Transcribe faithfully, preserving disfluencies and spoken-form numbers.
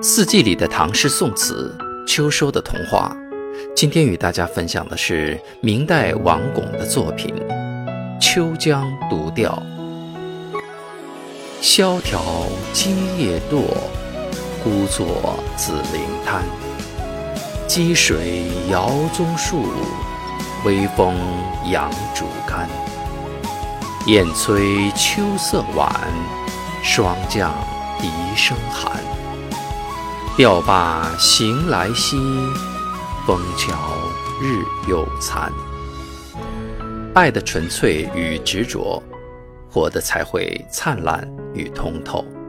四季里的唐诗宋词，秋收的童话。今天与大家分享的是明代王巩的作品《秋江独钓》。萧条基叶堕，孤坐紫菱滩。积水摇棕树，微风扬竹竿。雁催秋色晚，霜降笛声寒。钓罢行来兮，枫桥日又残。爱的纯粹与执着，活得才会灿烂与通透。